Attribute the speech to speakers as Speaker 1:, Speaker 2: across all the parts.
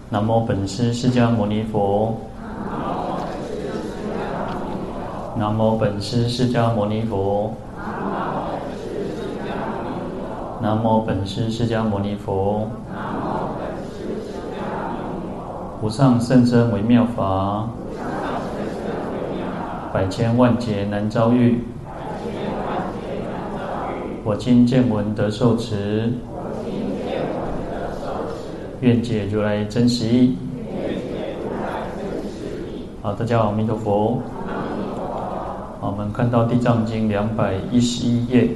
Speaker 1: 南无本师释迦牟尼佛。南无本师释迦牟尼佛。南无本师释迦牟尼佛。无上甚深微妙法，百千万劫难遭遇。我今见闻得受持，愿解如来真实义。好，大家好，阿弥陀佛。好，我们看到《地藏经》211页。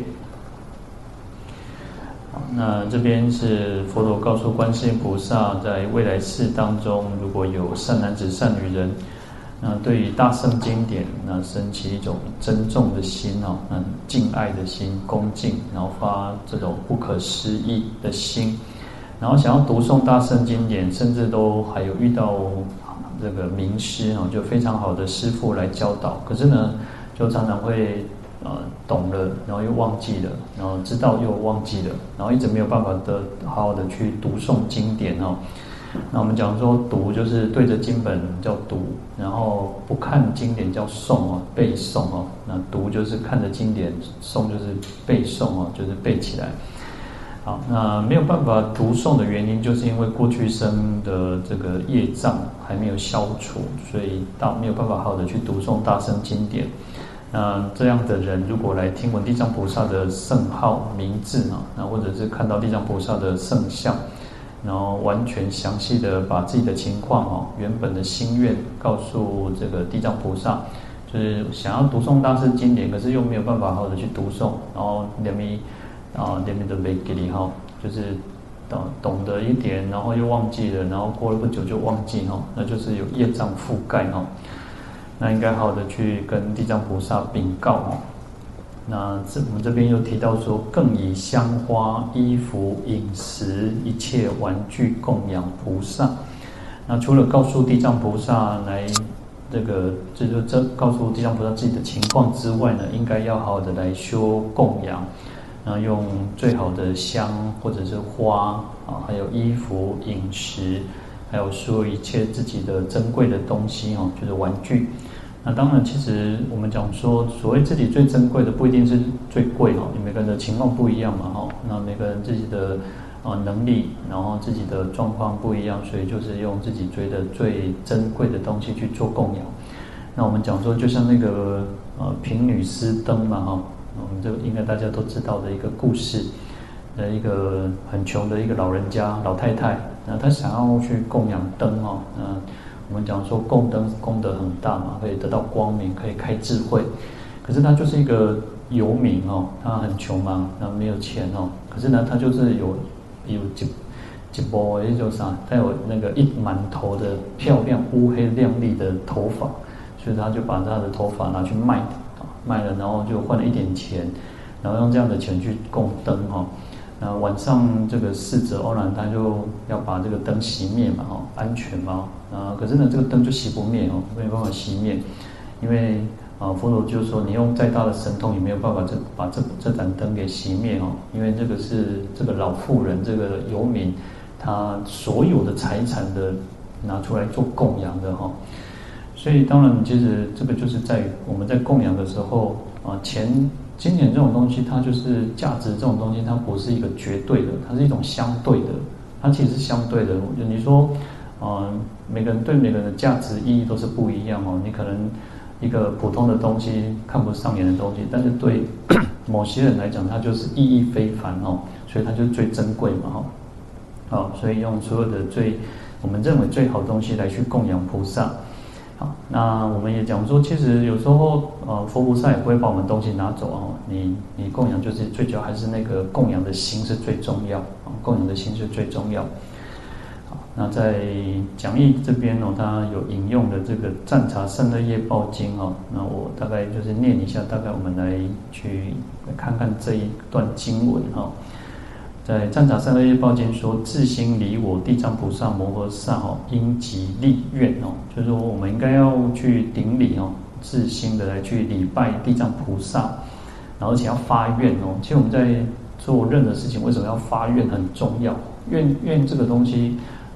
Speaker 1: 那这边是佛陀告诉观世音菩萨，在未来世当中，如果有善男子、善女人，那对于大圣经典，那升起一种珍重的心哦，敬爱的心、恭敬，然后发这种不可思议的心。然后想要读诵大圣经典，甚至都还有遇到这个名师哦，就非常好的师父来教导。可是呢，就常常会懂了，然后又忘记了，然后知道又忘记了，然后一直没有办法好好的去读诵经典哦。那我们讲说读就是对着经本叫读，然后不看经典叫诵哦，背诵哦。那读就是看着经典，诵就是背诵哦，就是背起来。好，那没有办法读诵的原因，就是因为过去生的这个业障还没有消除，所以没有办法好好的去读诵大圣经典。那这样的人，如果来听闻地藏菩萨的圣号名字啊，那或者是看到地藏菩萨的圣像，然后完全详细的把自己的情况哦，原本的心愿告诉这个地藏菩萨，就是想要读诵大圣经典，可是又没有办法好好的去读诵，然后连咪都没给你哈，就是懂得一点，然后又忘记了，然后过了不久就忘记哈，那就是有业障覆盖哈。那应该好好的去跟地藏菩萨禀告哦。那我们这边又提到说，更以香花、衣服、饮食一切玩具供养菩萨。那除了告诉地藏菩萨来这告诉地藏菩萨自己的情况之外呢，应该要好好的来修供养。那用最好的香或者是花啊，还有衣服、饮食，还有所有一切自己的珍贵的东西哦，就是玩具。那当然，其实我们讲说，所谓自己最珍贵的，不一定是最贵哦，你每个人的情况不一样嘛哈。那每个人自己的能力，然后自己的状况不一样，所以就是用自己觉得最珍贵的东西去做供养。那我们讲说，就像那个贫女施灯嘛哈。我们这个应该大家都知道的一个故事，一个很穷的一个老人家老太太，那她想要去供养灯哦，我们讲说供灯功德很大嘛，可以得到光明，可以开智慧。可是她就是一个游民哦，她很穷嘛，那没有钱哦，可是呢，她就是有一波也就是啥，她有那个一满头的漂亮乌黑亮丽的头发，所以她就把她的头发拿去卖了，然后就换了一点钱，然后用这样的钱去供灯哈。那晚上这个逝者欧然他就要把这个灯熄灭嘛哈，安全嘛。可是呢这个灯就熄不灭哦，没有办法熄灭，因为佛陀就说你用再大的神通也没有办法把这盏灯给熄灭哦，因为这个是这个老妇人这个游民他所有的财产的拿出来做供养的哈。所以当然，其实这个就是在我们在供养的时候金钱这种东西，它就是价值这种东西，它不是一个绝对的，它是一种相对的，它其实是相对的。你说每个人对每个人的价值意义都是不一样哦。你可能一个普通的东西看不上眼的东西，但是对某些人来讲，它就是意义非凡哦，所以它就是最珍贵嘛哈。所以用所有的我们认为最好的东西来去供养菩萨。好，那我们也讲说，其实有时候佛菩萨也不会把我们东西拿走哦。你供养就是最主要还是那个供养的心是最重要供养的心是最重要。好，那在讲义这边它有引用的这个《赞茶胜乐业报经》那我大概就是念一下，大概我们来看看这一段经文在《赞茶胜乐业报经》说，自心礼我地藏菩萨摩诃萨应即立愿就是说我们应该要去顶礼自心的来去礼拜地藏菩萨，然后而且要发愿其实我们在做任何事情，为什么要发愿很重要？愿这个东西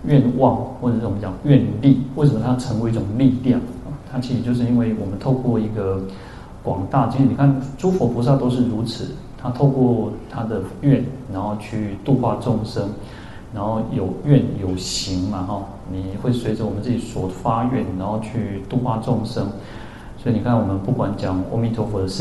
Speaker 1: 愿望，或者是我们讲愿力，为什么它成为一种力量？它其实就是因为我们透过一个广大，其实你看诸佛菩萨都是如此，他透过他的愿，然后去度化众生，然后有愿有行嘛，你会随着我们自己所发愿，然后去度化众生。所以你看，我们不管讲阿弥陀佛的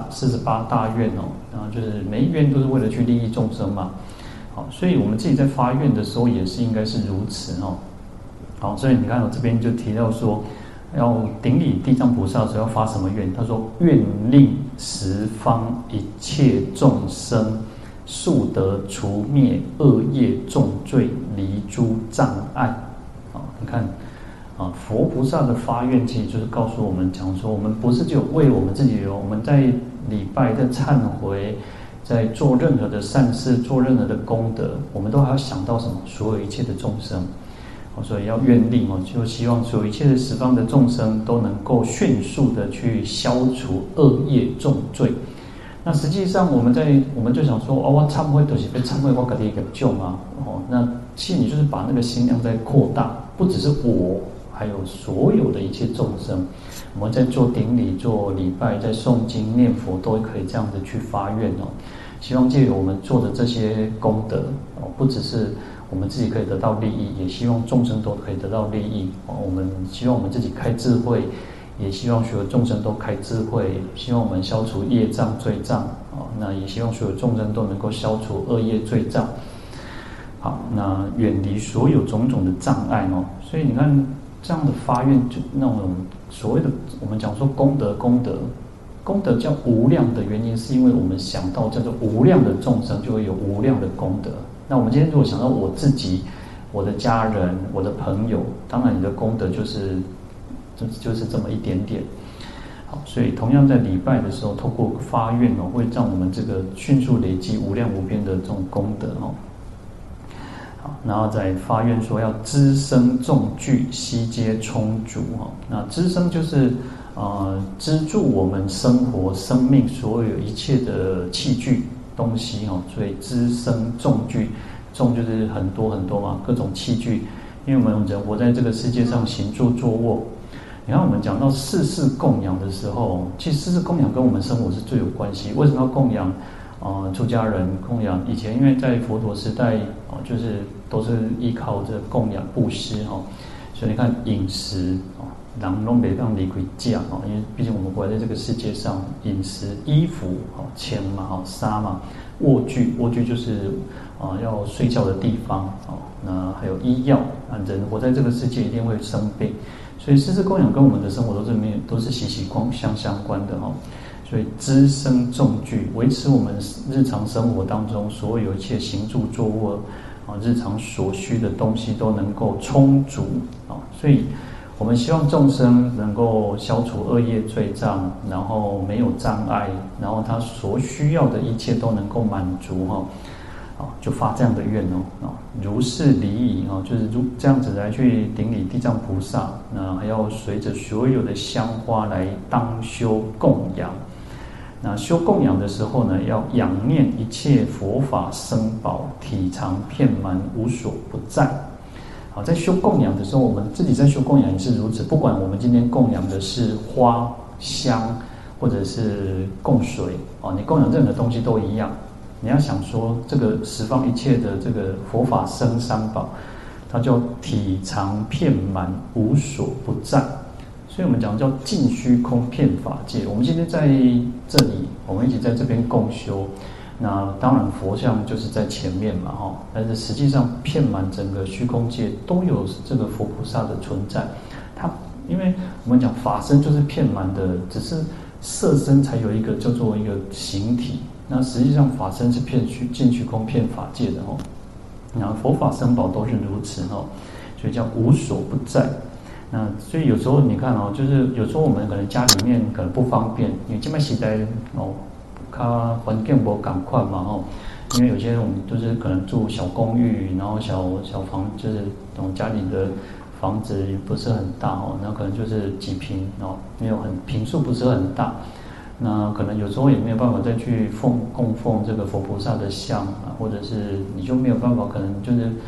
Speaker 1: 48大愿然后就是每一愿都是为了去利益众生嘛。好，所以我们自己在发愿的时候也是应该是如此好，所以你看我这边就提到说，要顶礼地藏菩萨的时候要发什么愿？他说：愿令十方一切众生速得除灭恶业重罪，离诸障碍。你看佛菩萨的发愿，其实就是告诉我们讲说，我们不是只有为我们自己我们在礼拜、在忏悔、在做任何的善事、做任何的功德，我们都还要想到什么？所有一切的众生。所以要愿力就希望所有一切的十方的众生都能够迅速的去消除恶业重罪。那实际上我们就想说，我忏悔就是被忏悔我自己给救嘛。那其实你就是把那个心量在扩大，不只是我，还有所有的一切众生。我们在做顶礼、做礼拜、在诵经念佛，都可以这样子去发愿希望借由我们做的这些功德不只是我们自己可以得到利益，也希望众生都可以得到利益我们希望我们自己开智慧，也希望所有众生都开智慧，希望我们消除业障罪障那也希望所有众生都能够消除恶业罪障。好，那远离所有种种的障碍所以你看这样的发愿，就那种所谓的我们讲说功德叫无量的原因，是因为我们想到叫做无量的众生，就会有无量的功德。那我们今天如果想到我自己、我的家人、我的朋友，当然你的功德就是这么一点点。好，所以同样在礼拜的时候，透过发愿会让我们这个迅速累积无量无边的这种功德好，然后再发愿说要资生众具，悉皆充足那资生就是资助我们生活生命所有一切的器具东西所以资生众具，众就是很多很多嘛，各种器具。因为我们人活在这个世界上，行住坐卧。你看我们讲到世事供养的时候，其实世事供养跟我们生活是最有关系。为什么要供养出家人供养？以前因为在佛陀时代就是都是依靠着供养布施所以你看饮食人都没让离开家因为毕竟我们活在这个世界上，饮食、衣服钱嘛纱嘛，卧具就是要睡觉的地方那还有医药人活在这个世界一定会生病，所以世事供养跟我们的生活都是息息相关的所以资生众具，维持我们日常生活当中所有一切行住坐卧日常所需的东西都能够充足所以我们希望众生能够消除恶业罪障，然后没有障碍，然后他所需要的一切都能够满足就发这样的愿如是礼仪就是这样子来去顶礼地藏菩萨，那还要随着所有的香花来当修供养。那修供养的时候呢，要仰念一切佛法僧宝，体常遍满，无所不在。好，在修供养的时候，我们自己在修供养也是如此。不管我们今天供养的是花香，或者是供水你供养任何东西都一样。你要想说，这个十方一切的这个佛法僧三宝，它叫体常遍满，无所不在。所以我们讲叫尽虚空遍法界。我们今天在这里，我们一起在这边共修，那当然佛像就是在前面嘛但是实际上遍满整个虚空界都有这个佛菩萨的存在。它因为我们讲法身就是遍满的，只是色身才有一个叫做一个形体。那实际上法身是尽虚空遍法界的然后佛法僧宝都是如此所以叫无所不在。那所以有时候你看就是有时候我们可能家里面可能不方便，因为这么时代它环境不赶快嘛因为有些人我们就是可能住小公寓，然后小房，就是家里的房子也不是很大那可能就是几坪没有坪数不是很大，那可能有时候也没有办法再去供奉这个佛菩萨的像或者是你就没有办法可能就是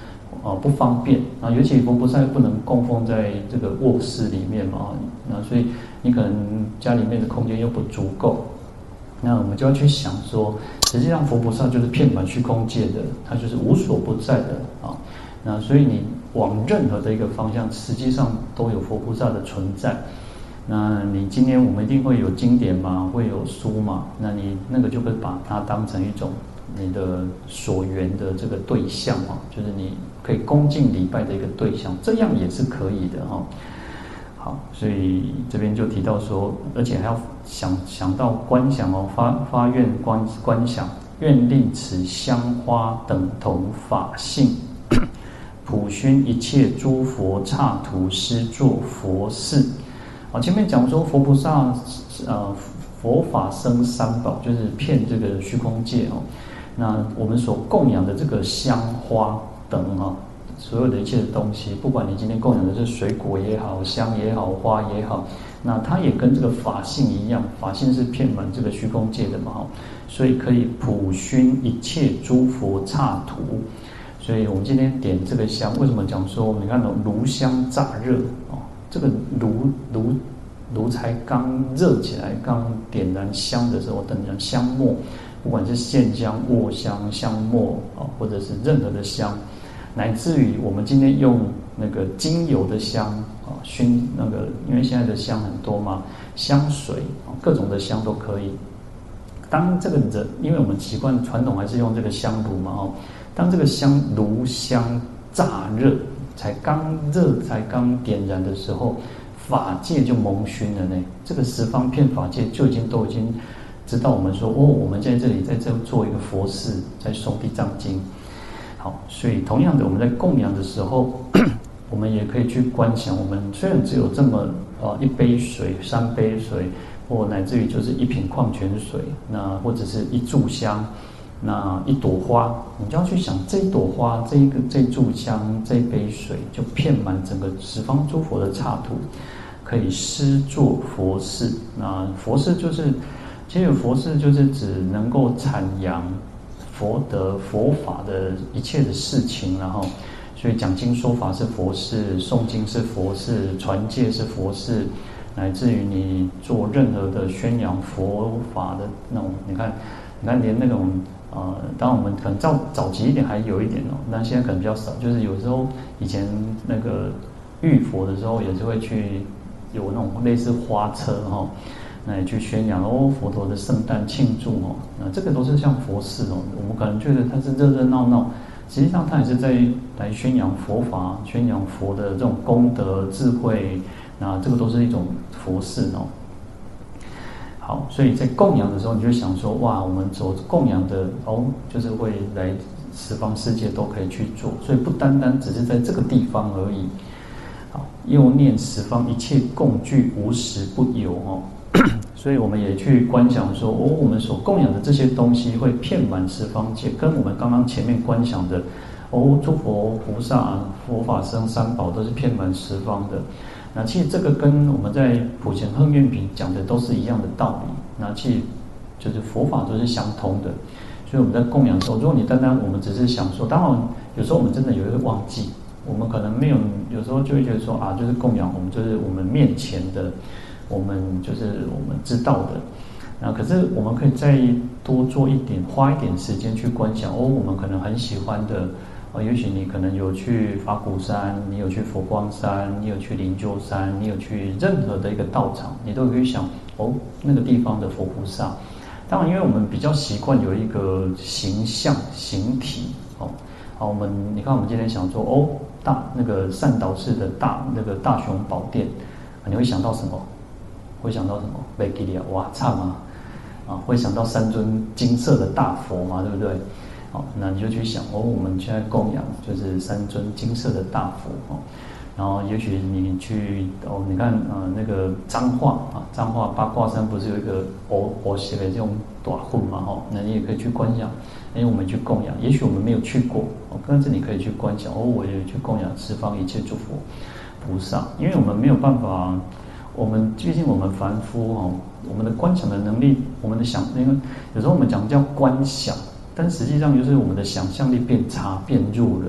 Speaker 1: 不方便啊，尤其佛菩萨又不能供奉在这个卧室里面嘛，那所以你可能家里面的空间又不足够，那我们就要去想说，实际上佛菩萨就是遍满虚空界的，它就是无所不在的啊。那所以你往任何的一个方向，实际上都有佛菩萨的存在。那你今天我们一定会有经典嘛，会有书嘛，那你那个就会把它当成一种你的所缘的这个对象嘛，就是你可以恭敬礼拜的一个对象，这样也是可以的哈。好，所以这边就提到说，而且还要想到观想哦，发愿观想，愿令此香花等同法性，普熏一切诸佛刹土，施作佛事。好，前面讲说佛菩萨佛法僧三宝，就是遍这个虚空界哦。那我们所供养的这个香花等所有的一切的东西，不管你今天供养的是水果也好，香也好，花也好，那它也跟这个法性一样，法性是遍满这个虚空界的嘛，所以可以普熏一切诸佛刹土。所以我们今天点这个香，为什么讲说，你看炉香乍热哦，这个炉才刚热起来，刚点燃香的时候，等燃香末，不管是线香、卧香、香末啊，或者是任何的香。乃至于我们今天用那个精油的香啊，熏那个，因为现在的香很多嘛，香水啊，各种的香都可以。当这个人，因为我们习惯传统还是用这个香炉嘛当这个炉香乍热，才刚点燃的时候，法界就蒙熏了呢。这个十方遍法界都已经知道我们说我们在这里在这做一个佛事，在诵地藏经。好，所以同样的，我们在供养的时候，我们也可以去观想，我们虽然只有这么一杯水、3杯水，或乃至于就是1瓶矿泉水，那或者是一炷香，那一朵花，你就要去想这一朵花、这炷香、这一杯水，就遍满整个十方诸佛的刹土，可以施作佛事。那佛事就是，其实佛事就是指能够阐扬佛德佛法的一切的事情，然后，所以讲经说法是佛事，诵经是佛事，传戒是佛事，乃至于你做任何的宣扬佛法的那种，你看连那种当然我们可能早期一点还有一点但现在可能比较少。就是有时候以前那个浴佛的时候，也是会去有那种类似花车那也去宣扬佛陀的圣诞庆祝那这个都是像佛事我们可能觉得它是热热闹闹，实际上它也是在来宣扬佛法，宣扬佛的这种功德智慧，那这个都是一种佛事好，所以在供养的时候，你就想说，哇，我们所供养的就是会来十方世界都可以去做，所以不单单只是在这个地方而已。好，又念十方一切共具，无时不有所以我们也去观想说，我们所供养的这些东西会遍满十方界，跟我们刚刚前面观想的诸佛菩萨、佛法僧三宝都是遍满十方的。那其实这个跟我们在普贤恒愿品讲的都是一样的道理。那其实就是佛法都是相通的。所以我们在供养的时候，如果你单单我们只是想说，当然有时候我们真的也会忘记，我们可能没有，有时候就会觉得说就是供养我们就是我们面前的。我们就是我们知道的，那可是我们可以再多做一点，花一点时间去观想我们可能很喜欢的也许你可能有去法鼓山，你有去佛光山，你有去灵鹫山，你有去任何的一个道场，你都可以想那个地方的佛菩萨。当然，因为我们比较习惯有一个形象形体好，你看我们今天想说那个善导寺的大雄宝殿，你会想到什么？会想到什么？贝吉利亚瓦刹嘛，会想到3尊金色的大佛嘛，对不对？好，那你就去想我们现在供养就是3尊金色的大佛然后也许你去你看那个彰化八卦山不是有一个写的这种大混嘛那你也可以去观想，我们去供养，也许我们没有去过但是你可以去观想我也去供养十方一切诸佛菩萨，因为我们没有办法。毕竟我们凡夫我们的观想的能力，我们的因为有时候我们讲叫观想，但实际上就是我们的想象力变差变弱了。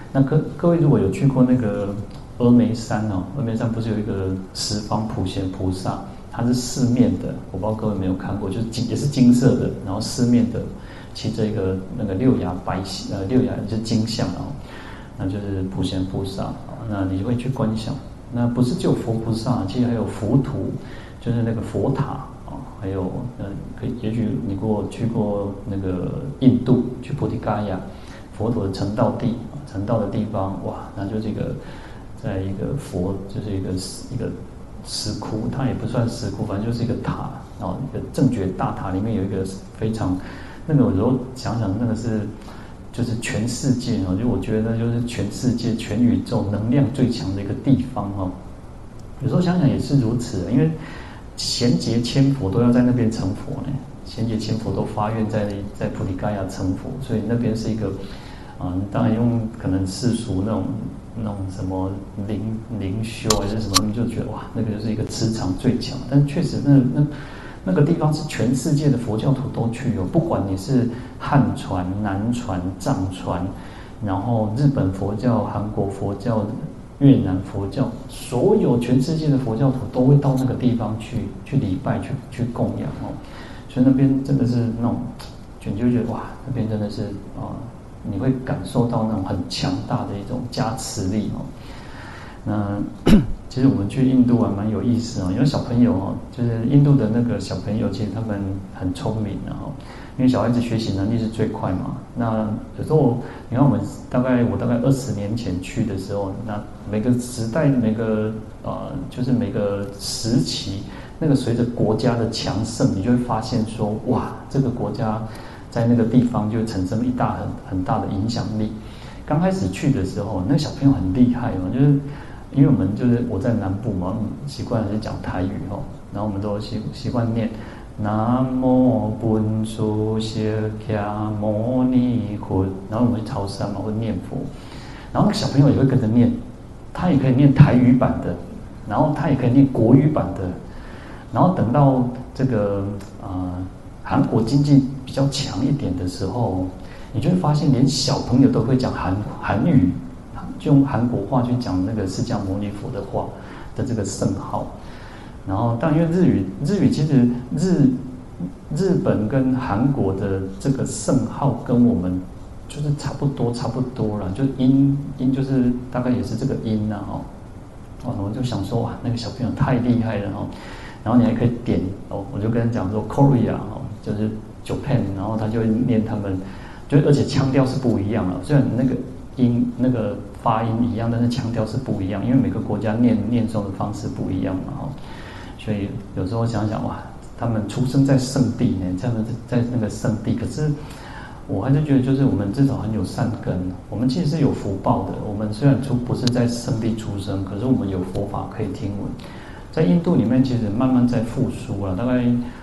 Speaker 1: 那各位如果有去过那个峨眉山哦，峨眉山不是有一个十方普贤菩萨，它是四面的，我不知道各位有没有看过，就是也是金色的，然后四面的骑着一个那个六牙就是金像哦，那就是普贤菩萨，那你就会去观想。那不是只有佛菩萨，其实还有佛土，就是那个佛塔啊，还有也许你去过那个印度，去菩提伽亚，佛陀的成道地，成道的地方，哇，那就这个在一个佛，就是一个石窟，它也不算石窟，反正就是一个塔，然后一个正觉大塔里面有一个非常那个，有时候想想那个是。就是全世界哦，就我觉得就是全世界、全宇宙能量最强的一个地方哦。有时候想想也是如此，因为贤劫千佛都要在那边成佛呢，贤劫千佛都发愿在菩提伽亚成佛，所以那边是一个当然用可能世俗那种什么灵修还是什么，你就觉得哇，那个就是一个磁场最强，但确实那个地方是全世界的佛教徒都去哦，不管你是汉传、南传、藏传，然后日本佛教、韩国佛教、越南佛教，所有全世界的佛教徒都会到那个地方去礼拜、去供养哦。所以那边真的是那种，你就觉得哇，那边真的是你会感受到那种很强大的一种加持力哦。那其实我们去印度还蛮有意思哦，因为小朋友哦，就是印度的那个小朋友，其实他们很聪明的哦，因为小孩子学习能力是最快嘛。那有时候你看我大概20年前去的时候，那每个时代就是每个时期，那个随着国家的强盛，你就会发现说哇，这个国家在那个地方就产生了很大的影响力。刚开始去的时候，那个小朋友很厉害哦，就是因为我们就是我在南部嘛，习惯是讲台语哦，然后我们都习惯念南无本师释迦牟尼佛，然后我们去朝山嘛，会念佛，然后小朋友也会跟着念，他也可以念台语版的，然后他也可以念国语版的，然后等到这个韩国经济比较强一点的时候，你就会发现连小朋友都会讲韩语。就用韩国话去讲那个释迦牟尼佛的话的这个圣号，然后但因为日语其实日本跟韩国的这个圣号跟我们就是差不多了，就音就是大概也是这个音呐我就想说哇，那个小朋友太厉害了然后你还可以点我就跟他讲说 Korea 就是 Japan， 然后他就会念他们，就而且腔调是不一样了，虽然那个音那个发音一样，但是腔调是不一样，因为每个国家念诵的方式不一样嘛所以有时候想想哇，他们出生在圣地呢，他们在那个圣地，可是我还是觉得就是我们至少很有善根，我们其实是有福报的。我们虽然不是在圣地出生，可是我们有佛法可以听闻。在印度里面其实慢慢在复苏了，大概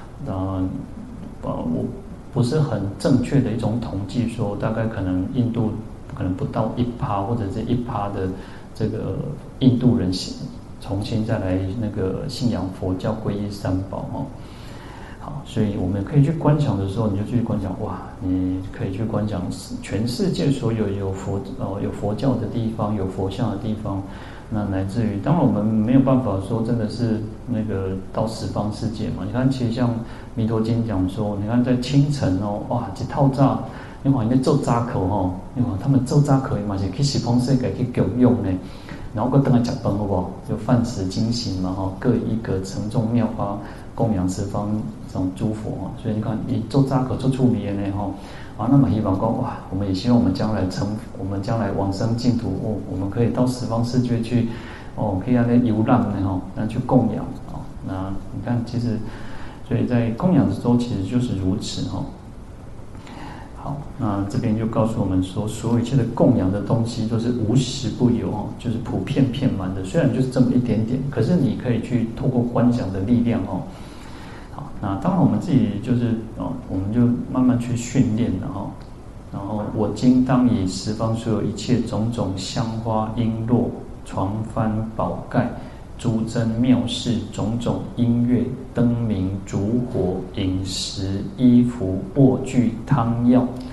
Speaker 1: 我不是很正确的一种统计说，大概可能印度可能不到1%或者是1%的这个印度人重新再来那个信仰佛教皈依三宝好，所以我们可以去观想的时候，你就去观想哇，你可以去观想全世界所有有佛教的地方，有佛像的地方，那乃至于当然我们没有办法说真的是那个到十方世界嘛。你看，其实像弥陀经讲说，你看在清晨哇，一套炸。你看，那做扎口你看他们做扎口嘛是去十方世界去供养呢，然后搁等来吃饭好不好？就饭食精行嘛各一个承重妙花供养十方这种诸佛所以你看，你做扎口做出名的呢那么希望说哇，我们也希望我们将来往生净土我们可以到十方世界去可以那游览呢那去供养那你看，其实所以在供养的时候，其实就是如此好，那这边就告诉我们说，所有一切的供养的东西都是无实不有就是普遍遍满的。虽然就是这么一点点，可是你可以去透过观想的力量好，那当然我们自己就是我们就慢慢去训练了然后我今当以十方所有一切种种香花璎珞床幡宝盖诸珍妙事种种音乐灯明烛火饮食衣服卧具汤药，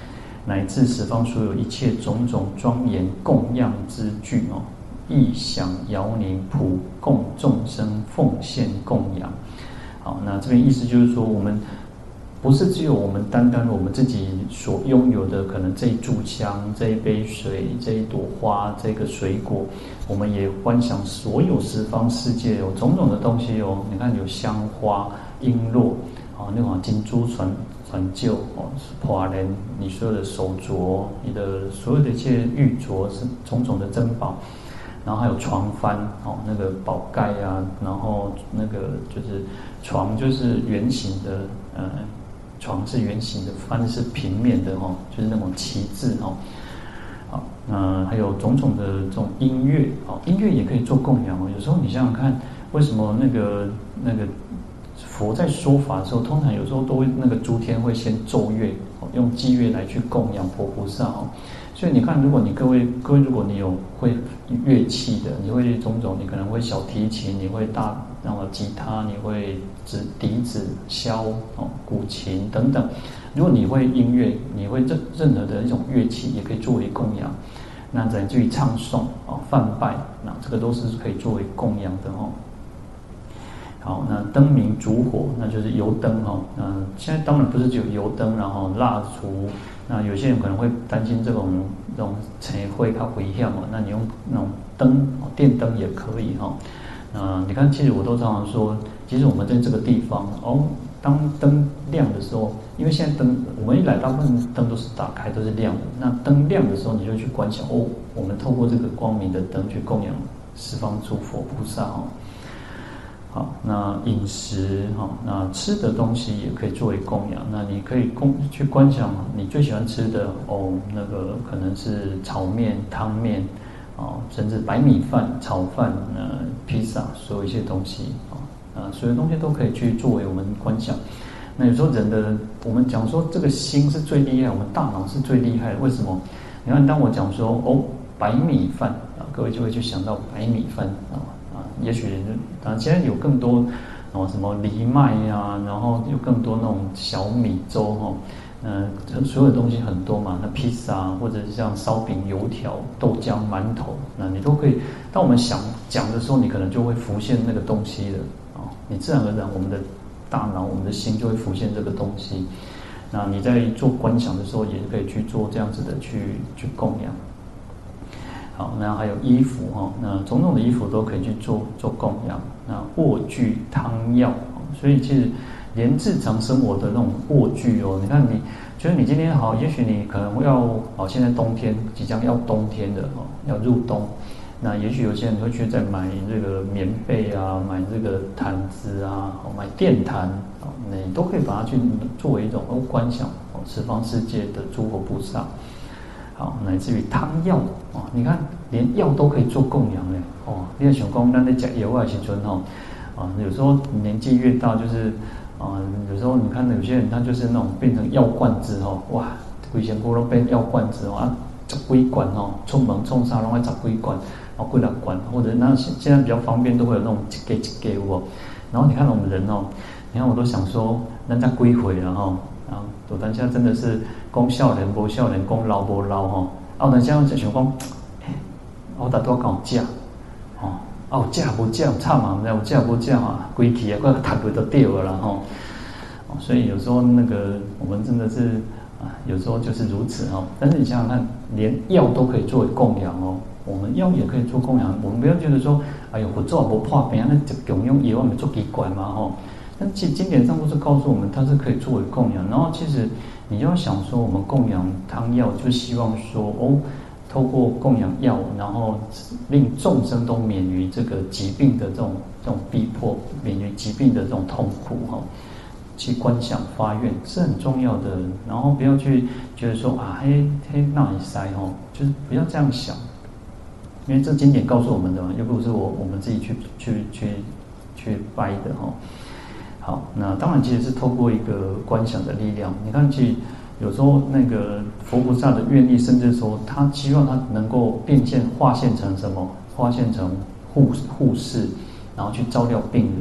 Speaker 1: 乃至十方所有一切种种庄严供养之具哦，意想摇铃普供众生奉献供养。好，那这边意思就是说，我们不是只有我们单单我们自己所拥有的，可能这一炷香、这一杯水、这一朵花、这个水果，我们也观想所有十方世界有种种的东西哦。你看有香花、璎珞啊，那种金珠传就哦，华人你所有的手镯，你的所有的一切玉镯是种种的珍宝。然后还有床幡哦，那个宝盖啊，然后那个就是床就是圆形的，床是圆形的，幡是平面的哦，就是那种旗帜哦。好，还有种种的这种音乐哦，音乐也可以做供养哦。有时候你想想看，为什么那个佛在说法的时候，通常有时候都会那个诸天会先奏乐哦，用伎乐来去供养佛菩萨哦。所以你看，如果你各位，如果你有会乐器的，你会种种，你可能会小提琴，你会吉他，你会笛子、箫哦、古琴等等。如果你会音乐，你会任何的一种乐器，也可以作为供养。那乃至于唱诵哦、梵拜，那这个都是可以作为供养的哦。好，那灯明烛火，那就是油灯哦。现在当然不是只有油灯，然后蜡烛。那有些人可能会担心这种尘灰它危险嘛，那你用那种灯，电灯也可以哈。你看，其实我都常常说，其实我们在这个地方哦，当灯亮的时候，因为现在灯我们一来，大部分灯都是打开，都是亮的。那灯亮的时候，你就去观想哦，我们透过这个光明的灯去供养十方诸佛菩萨哦。好，那饮食哈，那吃的东西也可以作为供养。那你可以去观想你最喜欢吃的哦，那个可能是炒面、汤面哦，甚至白米饭、炒饭、披萨，所有一些东西所有东西都可以去作为我们观想。那有时候我们讲说这个心是最厉害，我们大脑是最厉害的。为什么？你看，当我讲说哦，白米饭各位就会去想到白米饭也许现在有更多什么藜麦啊，然后有更多那种小米粥所有的东西很多嘛。那披萨或者是像烧饼、油条、豆浆、馒头，那你都可以。当我们想讲的时候，你可能就会浮现那个东西了你自然而然，我们的大脑、我们的心就会浮现这个东西。那你在做观想的时候，也可以去做这样子的去供养。好，那还有衣服那种种的衣服都可以去做供养。那卧具、汤药，所以其实连日常生活的那种卧具你看你觉得你今天好，也许你可能要现在冬天即将要冬天的要入冬，那也许有些人会去再买这个棉被啊，买这个毯子啊，买电毯你都可以把它去作为一种观想十方世界的诸佛菩萨。好，乃至于汤药你看连药都可以做供养嘞你也想讲，咱在吃药的时阵有时候年纪越大，就是有时候你看有些人他就是那种变成药罐子哇，规身躯都变药罐子十几罐出门冲啥拢要十几罐，几60罐，或者那现在比较方便，都会有那种一给然后你看我们人你看我都想说，咱才几岁了有当下真的是讲少年无少年，讲老无老有当下就想讲，我大多讲食有食无食惨啊，有食无食规气快读不都掉了啦所以有时候我们真的是有时候就是如此但是你想想看，连药都可以作为供养我们药也可以做供养。我们不要觉得说，哎呦，我做不破病，那供养药没做奇怪嘛但其实经典上不是告诉我们，它是可以作为供养。然后其实你要想说，我们供养汤药，就希望说透过供养药，然后令众生都免于这个疾病的这种逼迫，免于疾病的这种痛苦去观想发愿是很重要的。然后不要去觉得说那一塞就是不要这样想，因为这经典告诉我们的嘛，又不是我们自己去掰的好，那当然其实是透过一个观想的力量。你看，其实有时候那个佛菩萨的愿力，甚至说他希望他能够化现成什么？化现成护士，然后去照料病人。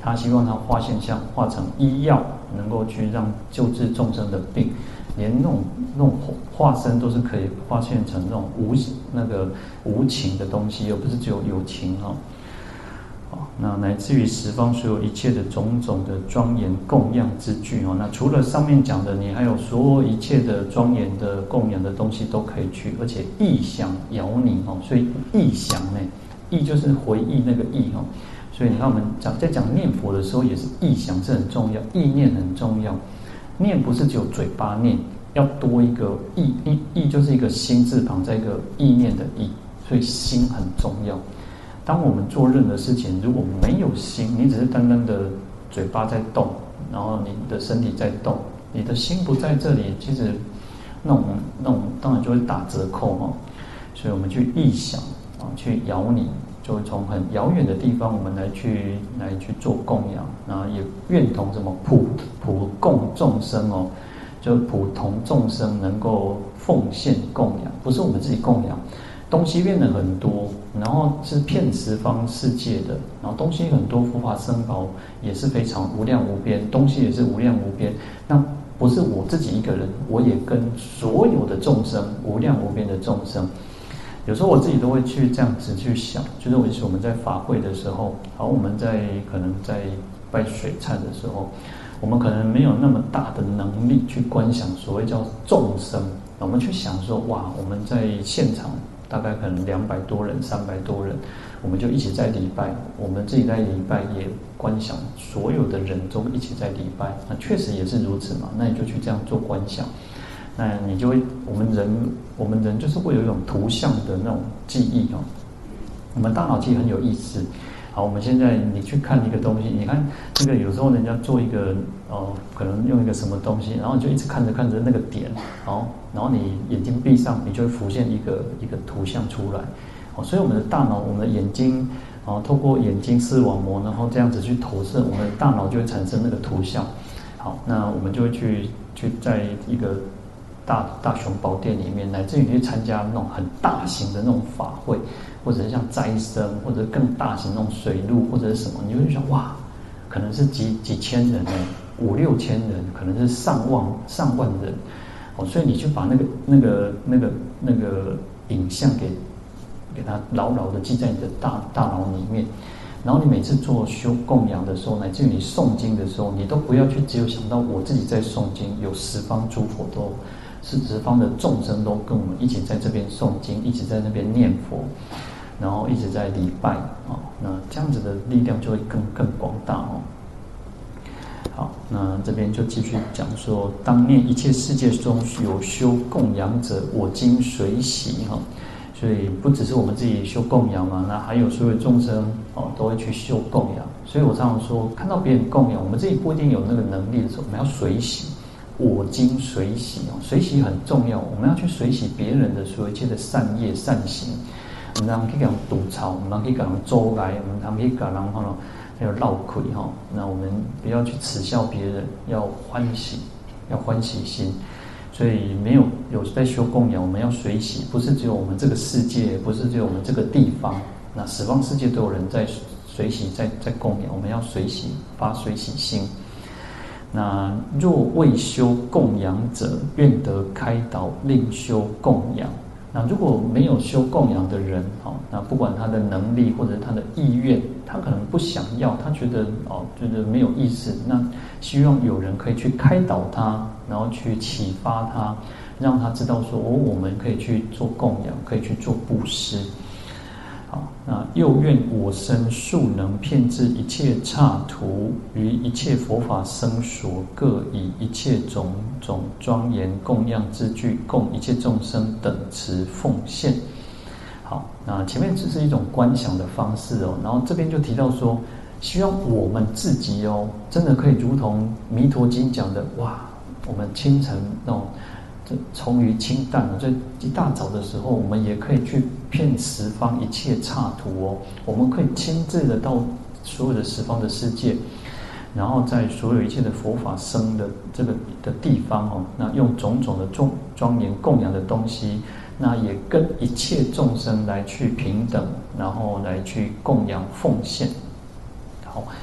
Speaker 1: 他希望他化现象化成医药，能够去让救治众生的病，连那种化身都是可以化现成那种无情的东西，又不是只有情哦。那乃至于十方所有一切的种种的庄严供养之具哦，那除了上面讲的，你还有所有一切的庄严的供养的东西都可以去，而且意想摇你哦，所以意想呢，意就是回忆那个意哦，所以你看我们在讲念佛的时候，也是意想是很重要，意念很重要，念不是只有嘴巴念，要多一个意就是一个心字旁在一个意念的意，所以心很重要。当我们做任何事情，如果没有心，你只是单单的嘴巴在动，然后你的身体在动，你的心不在这里，其实那种当然就会打折扣嘛。所以我们去臆想啊，去摇你，就会从很遥远的地方，我们来去做供养，然后也愿同什么普供众生哦，就普同众生能够奉献供养，不是我们自己供养。东西变得很多，然后是遍十方世界的，然后东西很多，佛法僧宝也是非常无量无边，东西也是无量无边。那不是我自己一个人，我也跟所有的众生，无量无边的众生。有时候我自己都会去这样子去想，就是我们在法会的时候，好，我们可能在拜水忏的时候，我们可能没有那么大的能力去观想所谓叫众生，我们去想说，哇，我们在现场。大概可能200多人、300多人，我们就一起在礼拜。我们自己在礼拜也观想，所有的人都一起在礼拜。那确实也是如此嘛。那你就去这样做观想，那你就会，我们人就是会有一种图像的那种记忆哦。我们大脑其实很有意思。好，我们现在你去看一个东西，你看这个有时候人家做一个可能用一个什么东西，然后你就一直看着那个点，然后你眼睛闭上，你就会浮现一个图像出来。所以我们的大脑，我们的眼睛透过眼睛视网膜，然后这样子去投射，我们的大脑就会产生那个图像。好，那我们就会去在一个大雄宝殿里面，乃至于你去参加那种很大型的那种法会，或者是像斋僧，或者更大型那种水陆或者是什么，你就会想哇，可能是几千人呢，5、6千人，可能是上万人。所以你去把那个影像给它牢牢的记在你的大脑里面，然后你每次做修供养的时候，乃至于你诵经的时候，你都不要去只有想到我自己在诵经，有十方诸佛都是十方的众生都跟我们一起在这边诵经，一起在那边念佛，然后一直在礼拜那这样子的力量就会更广大哦。好，那这边就继续讲说，当念一切世界中有修供养者，我今随喜哈。所以不只是我们自己修供养嘛，那还有所有众生都会去修供养。所以我常常说，看到别人供养，我们自己不一定有那个能力的时候，我们要随喜。我今随喜随喜很重要，我们要去随喜别人的所有一切的善业善行。我们可以给人吐槽，我们可以给人周来，我们可以给人还有闹亏那我们不要去耻笑别人，要欢喜心。所以有在修供养，我们要随喜，不是只有我们这个世界，不是只有我们这个地方，那十方世界都有人在随喜，在供养，我们要随喜，发随喜心。那若未修供养者，愿得开导，另修供养。那如果没有修供养的人，那不管他的能力或者他的意愿，他可能不想要，他觉得没有意思，那希望有人可以去开导他，然后去启发他，让他知道说我们可以去做供养，可以去做布施。好，那又愿我身速能遍至一切刹土，于一切佛法僧所，各以一切种种庄严供养之具，供一切众生等持奉献。好，那前面只是一种观想的方式然后这边就提到说，希望我们自己真的可以如同弥陀经讲的，哇，我们清晨那种从于清淡这一大早的时候，我们也可以去遍十方一切刹土我们可以亲自的到所有的十方的世界，然后在所有一切的佛法僧的这个的地方那用种种的庄严供养的东西，那也跟一切众生来去平等，然后来去供养奉献。好，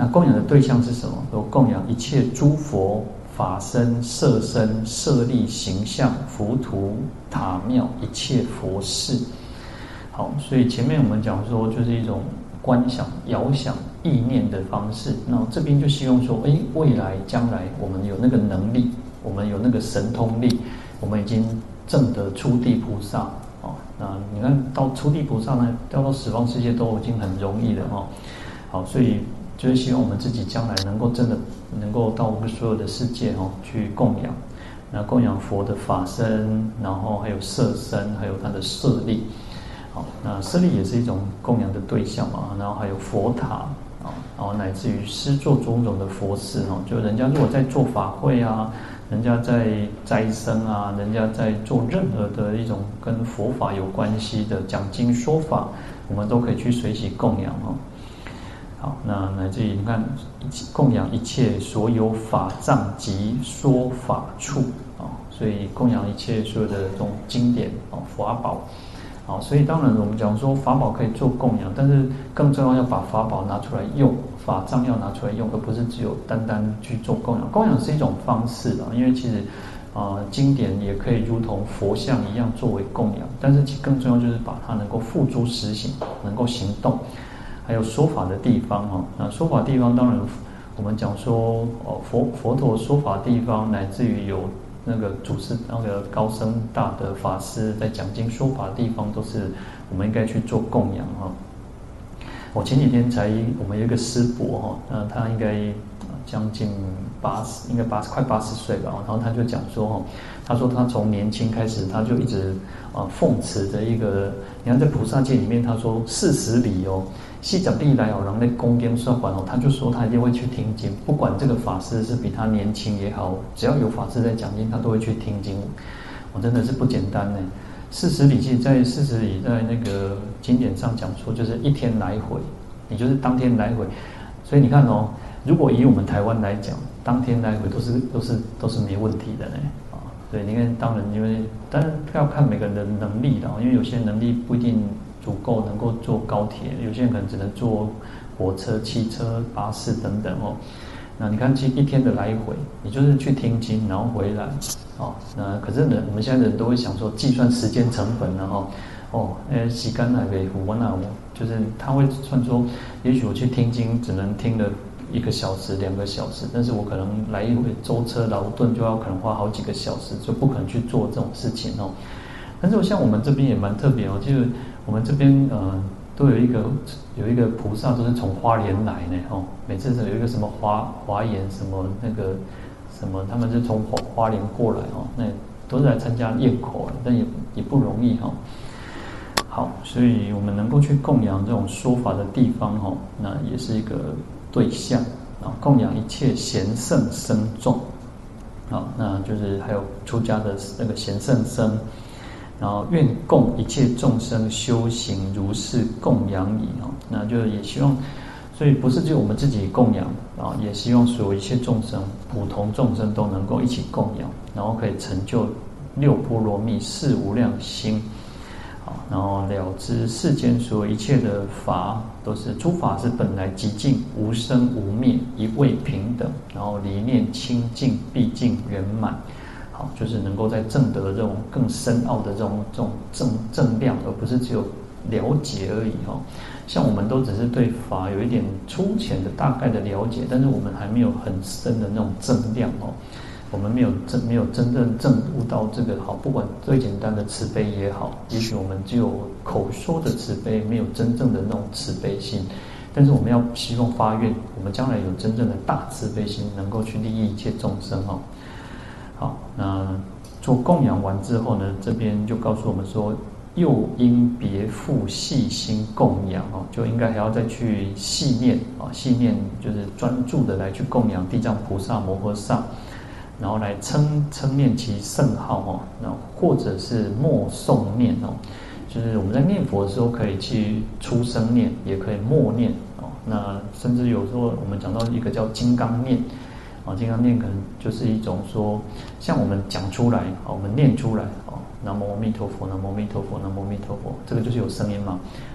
Speaker 1: 那供养的对象是什么？有供养一切诸佛、法身、色身、舍利、形象、浮屠、塔庙，一切佛事。好，所以前面我们讲说，就是一种观想、遥想、意念的方式。那这边就希望说，未来将来我们有那个能力，我们有那个神通力，我们已经证得初地菩萨。那你看到初地菩萨呢，掉到十方世界都已经很容易了哦。好，所以就是希望我们自己将来能够真的能够到我们所有的世界去供养，那供养佛的法身，然后还有色身，还有他的舍利。好，那舍利也是一种供养的对象嘛，然后还有佛塔啊，然后乃至于施做种种的佛事就人家如果在做法会啊。人家在斋僧啊，人家在做任何的一种跟佛法有关系的讲经说法，我们都可以去随喜供养好，那乃至于你看，供养一切所有法藏及说法处所以供养一切所有的这种经典法宝。好，所以当然我们讲说法宝可以做供养，但是更重要把法宝拿出来用，法藏要拿出来用，而不是只有单单去做供养。供养是一种方式因为其实经典也可以如同佛像一样作为供养，但是其更重要就是把它能够付诸实行，能够行动。还有说法的地方那说法地方当然我们讲说佛陀说法地方，乃至于有那个主持那个高僧大德法师在讲经说法的地方，都是我们应该去做供养我前几天我们有一个师伯那他应该将近80，应该快80岁吧。然后他就讲说他说他从年轻开始，他就一直奉持着一个，你看在菩萨界里面，他说40里40里来人在供经说法他就说他一定会去听经，不管这个法师是比他年轻也好，只要有法师在讲经，他都会去听经。真的是不简单呢。40里记在40里在那个经典上讲说，就是一天来回，你就是当天来回。所以你看如果以我们台湾来讲，当天来回都是没问题的呢对，你看当然但是要看每个人的能力因为有些能力不一定足够能够坐高铁，有些人可能只能坐火车、汽车、巴士等等那你看一天的来回，你就是去听经，然后回来那可是我们现在的人都会想说计算时间成本时间来维护就是他会算说，也许我去听经只能听了1个小时、2个小时，但是我可能来一回舟车劳顿就要可能花好几个小时，就不可能去做这种事情但是像我们这边也蛮特别就是我们这边都有一个菩萨都是从花莲来呢每次有一个什么华严什么那个什么，他们是从花莲过来那都是来参加宴口但也不容易好，所以我们能够去供养这种说法的地方那也是一个对象供养一切贤圣僧众那就是还有出家的那个贤圣僧，然后愿供一切众生修行如是供养矣那就也希望，所以不是只有我们自己供养也希望所有一切众生、普通众生都能够一起供养，然后可以成就6波罗蜜4无量心然后了知世间所有一切的法都是诸法是本来极净无生无灭，一味平等，然后离念清净毕竟圆满。好，就是能够在证得这种更深奥的这种正量，而不是只有了解而已像我们都只是对法有一点粗浅的大概的了解，但是我们还没有很深的那种正量我们没有真正证悟到这个好，不管最简单的慈悲也好，也许我们只有口说的慈悲，没有真正的那种慈悲心。但是我们要希望发愿，我们将来有真正的大慈悲心，能够去利益一切众生好，那做供养完之后呢，这边就告诉我们说，又应别复细心供养就应该还要再去细念细念就是专注的来去供养地藏菩萨摩诃萨。然后来称念其圣号那或者是默诵念就是我们在念佛的时候可以去出声念，也可以默念那甚至有时候我们讲到一个叫金刚念金刚念可能就是一种说，像我们讲出来我们念出来南无阿弥陀佛，南无阿弥陀佛，南无阿弥陀佛，这个就是有声音嘛。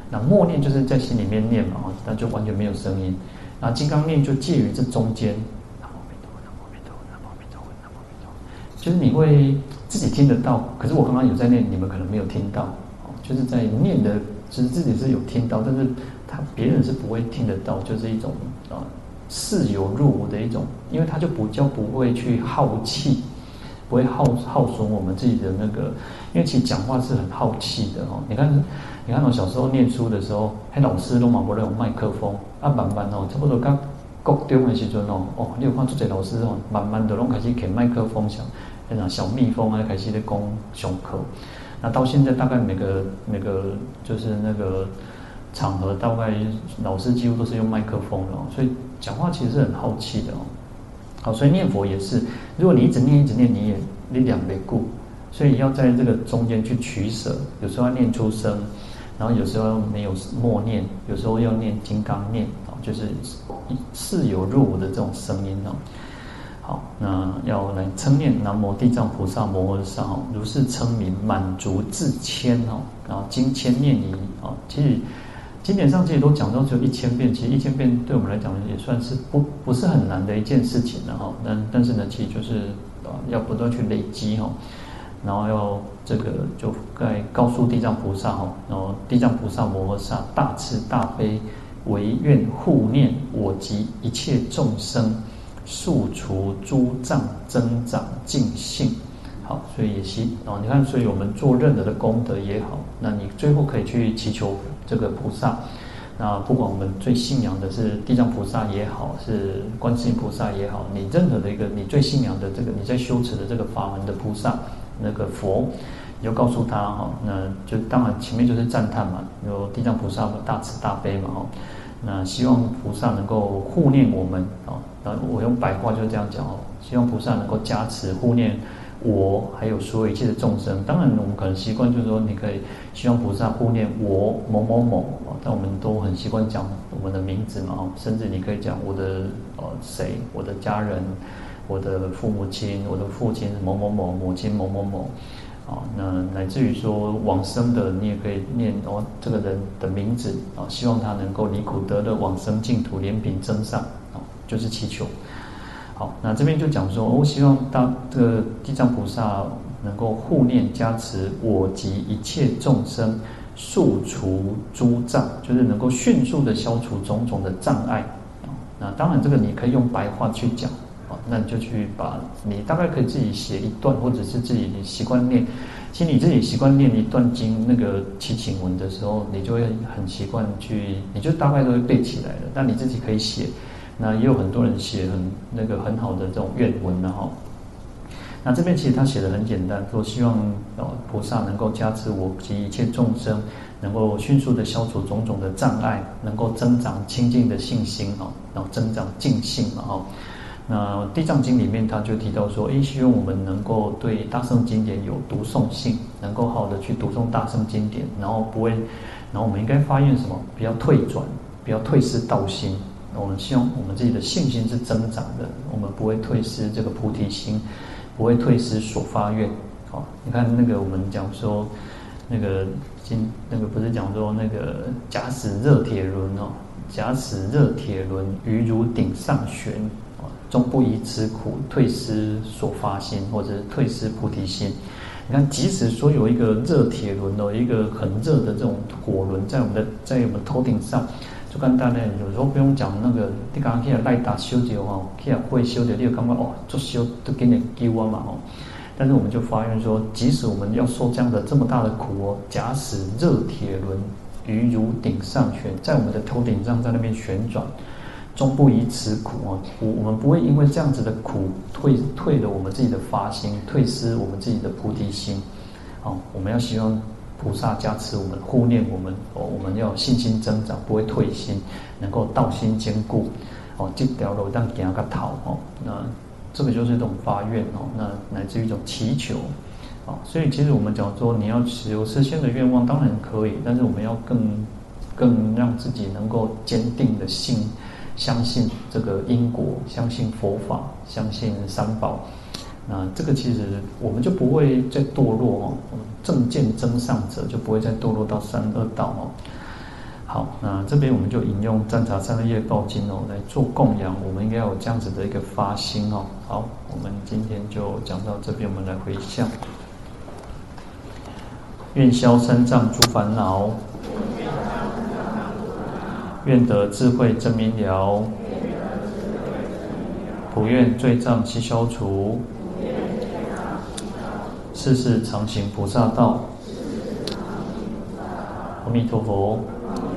Speaker 1: 那默念就是在心里面念嘛，那就完全没有声音。那金刚念就介于这中间，南无阿弥陀佛，南无阿弥陀佛，南无阿弥陀佛，南无阿弥陀佛，就是你会自己听得到，可是我刚刚有在念，你们可能没有听到，就是在念的，其实自己是有听到，但是别人是不会听得到，就是一种似有若无的一种，因为他就比较不会去耗气，不会耗损我们自己的那个，因为其实讲话是很耗气的哦。你看我小时候念书的时候，老师都嘛没那种麦克风，慢慢差不多刚高中的时阵你有看这些老师慢慢的拢开始给麦克风像小蜜蜂啊开始在讲上课。那到现在大概每个就是那个场合，大概老师几乎都是用麦克风了，所以讲话其实是很耗气的哦。好，所以念佛也是，如果你一直念，你两没顾，所以要在这个中间去取舍，有时候要念出声，然后有时候没有默念，有时候要念金刚念就是似有若无的这种声音哦。好，那要来称念南无地藏菩萨摩诃萨如是称名，满足自谦然后经千念已其实经典上其实都讲到只有1000遍，其实1000遍对我们来讲也算是不是很难的一件事情了但是呢，其实就是要不断去累积然后要这个就该告诉地藏菩萨然后地藏菩萨摩诃萨大慈大悲，唯愿护念我及一切众生，速除诸障，增长净性。好，所以也你看，所以我们做任何的功德也好，那你最后可以去祈求这个菩萨。那不管我们最信仰的是地藏菩萨也好，是观世音菩萨也好，你任何的一个你最信仰的这个你在修持的这个法门的菩萨，那个佛，你就告诉他那就当然前面就是赞叹嘛，有地藏菩萨大慈大悲嘛那希望菩萨能够护念我们那我用白话就是这样讲希望菩萨能够加持护念我还有所有一切的众生。当然我们可能习惯就是说你可以希望菩萨护念我某某某但我们都很习惯讲我们的名字嘛甚至你可以讲我的谁，我的家人，我的父母亲，我的父亲某某某，母亲某某某那乃至于说往生的你也可以念这个人的名字希望他能够离苦得乐，往生净土，莲品增上就是祈求。好，那这边就讲说我希望这个地藏菩萨能够护念加持我及一切众生，速除诸障，就是能够迅速的消除种种的障碍那当然这个你可以用白话去讲那你就去你大概可以自己写一段，或者是自己习惯念。其实你自己习惯念一段经那个祈请文的时候，你就会很习惯你就大概都会背起来了。那你自己可以写，那也有很多人写很好的这种愿文那这边其实他写的很简单，说希望菩萨能够加持我及一切众生，能够迅速的消除种种的障碍，能够增长清净的信心然后增长净性嘛那地藏经里面他就提到说希望我们能够对大乘经典有读诵性，能够好的去读诵大乘经典，然后我们应该发愿什么？不要退转，不要退失道心。我们希望我们自己的信心是增长的，我们不会退失这个菩提心，不会退失所发愿你看那个我们讲说那个不是讲说那个假使热铁轮假使热铁轮于如顶上悬终不以此苦退失所发心，或者是退失菩提心。你看，即使说有一个热铁轮一个很热的这种火轮在我们头顶上，就跟大家有时候不用讲那个，你刚刚去赖打修着去会修着，你就感觉做修都给你救啊嘛但是我们就发愿说，即使我们要受这样的这么大的苦假使热铁轮于如顶上旋，在我们的头顶上在那边旋转。终不以此苦我们不会因为这样子的苦退了我们自己的发心，退失我们自己的菩提心我们要希望菩萨加持我们，护念我们我们要信心增长，不会退心，能够道心坚固这条路让行个头那这个就是一种发愿那乃至于一种祈求所以其实我们讲说你要有实现的愿望当然可以，但是我们要更让自己能够坚定的相信这个因果，相信佛法，相信三宝那这个其实我们就不会再堕落正见增上者就不会再堕落到三恶道好，那这边我们就引用《占察三昧业报经》来做供养，我们应该有这样子的一个发心哦。好，我们今天就讲到这边，我们来回向。愿消三障诸烦恼，愿得智慧真明了，普愿罪障悉消除，世世常行菩萨道。阿弥陀佛。